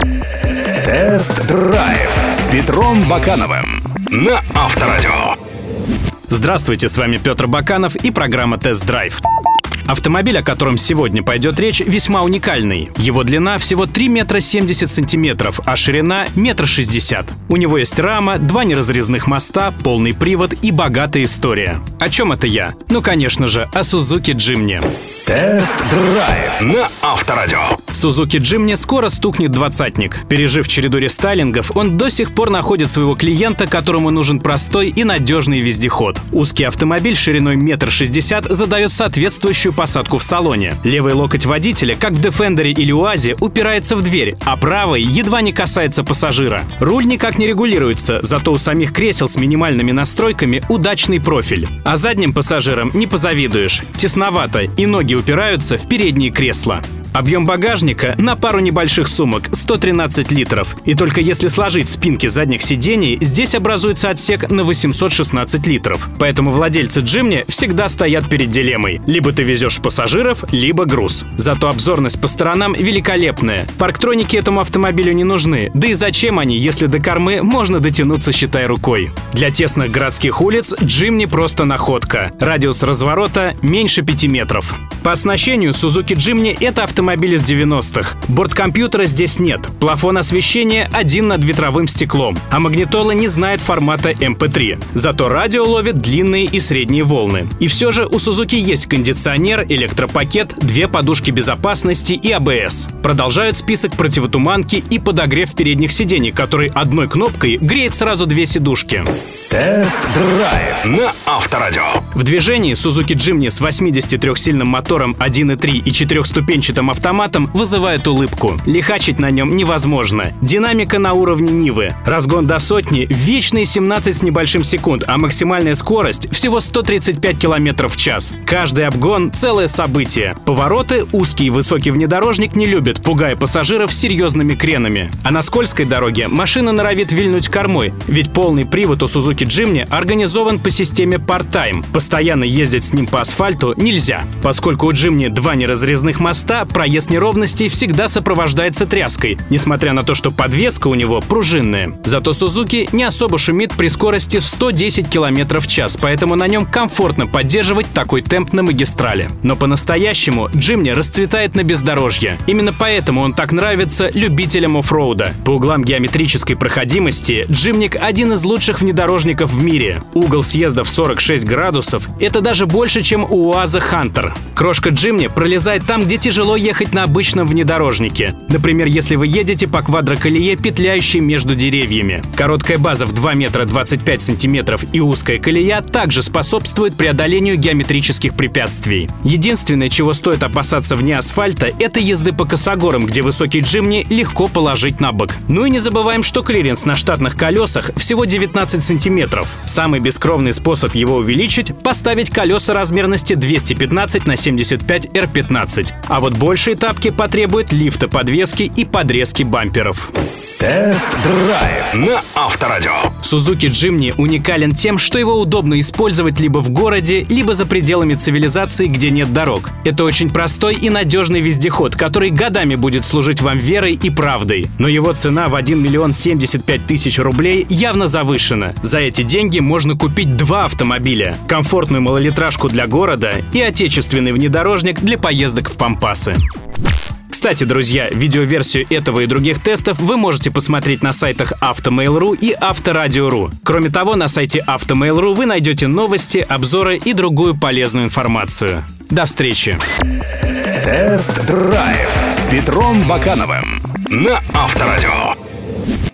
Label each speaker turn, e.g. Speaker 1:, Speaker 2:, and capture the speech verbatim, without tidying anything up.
Speaker 1: Тест-драйв с Петром Бакановым на Авторадио.
Speaker 2: Здравствуйте, с вами Петр Баканов и программа «Тест-драйв». Автомобиль, о котором сегодня пойдет речь, весьма уникальный. Его длина всего три метра семьдесят сантиметров, а ширина — метр шестьдесят. У него есть рама, два неразрезных моста, полный привод и богатая история. О чем это я? Ну, конечно же, о Suzuki Jimny.
Speaker 1: Тест-драйв на Авторадио.
Speaker 2: Suzuki Jimny скоро стукнет двадцатник. Пережив череду рестайлингов, он до сих пор находит своего клиента, которому нужен простой и надежный вездеход. Узкий автомобиль шириной метр шестьдесят задает соответствующую посадку в салоне. Левый локоть водителя, как в Defender или УАЗе, упирается в дверь, а правый едва не касается пассажира. Руль никак не регулируется, зато у самих кресел с минимальными настройками удачный профиль. А задним пассажирам не позавидуешь. Тесновато, и ноги упираются в передние кресла. Объем багажника на пару небольших сумок – сто тринадцать литров. И только если сложить спинки задних сидений, здесь образуется отсек на восемьсот шестнадцать литров. Поэтому владельцы Jimny всегда стоят перед дилеммой. Либо ты везешь пассажиров, либо груз. Зато обзорность по сторонам великолепная. Парктроники этому автомобилю не нужны. Да и зачем они, если до кормы можно дотянуться, считай, рукой? Для тесных городских улиц Jimny просто находка. Радиус разворота меньше пяти метров. По оснащению Suzuki Jimny — это автомобиль Автомобиль из девяностых. Борткомпьютера здесь нет. Плафон освещения один над ветровым стеклом. А магнитола не знает формата эм пэ три. Зато радио ловит длинные и средние волны. И все же у Suzuki есть кондиционер, электропакет, две подушки безопасности и а бэ эс. Продолжают список противотуманки и подогрев передних сидений, который одной кнопкой греет сразу две сидушки.
Speaker 1: Тест-драйв на Авторадио.
Speaker 2: В движении Suzuki Jimny с восьмидесятитрёхсильным мотором один и три и четырехступенчатым автоматом вызывает улыбку. Лихачить на нем невозможно. Динамика на уровне Нивы. Разгон до сотни — вечные семнадцать с небольшим секунд, а максимальная скорость — всего сто тридцать пять километров в час. Каждый обгон — целое событие. Повороты узкий и высокий внедорожник не любит, пугая пассажиров серьезными кренами. А на скользкой дороге машина норовит вильнуть кормой, ведь полный привод у Suzuki Jimny организован по системе Part-Time. Постоянно ездить с ним по асфальту нельзя. Поскольку у Jimny два неразрезных моста, проезд неровностей всегда сопровождается тряской, несмотря на то, что подвеска у него пружинная. Зато Suzuki не особо шумит при скорости в сто десять километров в час, поэтому на нем комфортно поддерживать такой темп на магистрали. Но по-настоящему Jimny расцветает на бездорожье. Именно поэтому он так нравится любителям оффроуда. По углам геометрической проходимости Jimny один из лучших внедорожников в мире. Угол съезда в сорок шесть градусов — это даже больше, чем у УАЗа Hunter. Крошка Jimny пролезает там, где тяжело ехать на обычном внедорожнике. Например, если вы едете по квадроколее, петляющей между деревьями. Короткая база в два метра двадцать пять сантиметров и узкая колея также способствуют преодолению геометрических препятствий. Единственное, чего стоит опасаться вне асфальта, это езды по косогорам, где высокий Jimny легко положить на бок. Ну и не забываем, что клиренс на штатных колесах всего девятнадцать сантиметров. Самый бескровный способ его увеличить — поставить колеса размерности двести пятнадцать на семьдесят пять эр пятнадцать. А вот большие тапки потребуют лифта подвески и подрезки бамперов.
Speaker 1: Тест-драйв на Авторадио.
Speaker 2: Suzuki Jimny уникален тем, что его удобно использовать либо в городе, либо за пределами цивилизации, где нет дорог. Это очень простой и надежный вездеход, который годами будет служить вам верой и правдой. Но его цена в один миллион семьдесят пять тысяч рублей явно завышена. За эти деньги можно купить два автомобиля: комфортную малолитражку для города и отечественный внедорожник для поездок в пампасы. Кстати, друзья, видеоверсию этого и других тестов вы можете посмотреть на сайтах Автомейл точка ру и Авторадио точка ру. Кроме того, на сайте Автомейл точка ру вы найдете новости, обзоры и другую полезную информацию. До встречи!
Speaker 1: Тест-драйв с Петром Бакановым на Авторадио.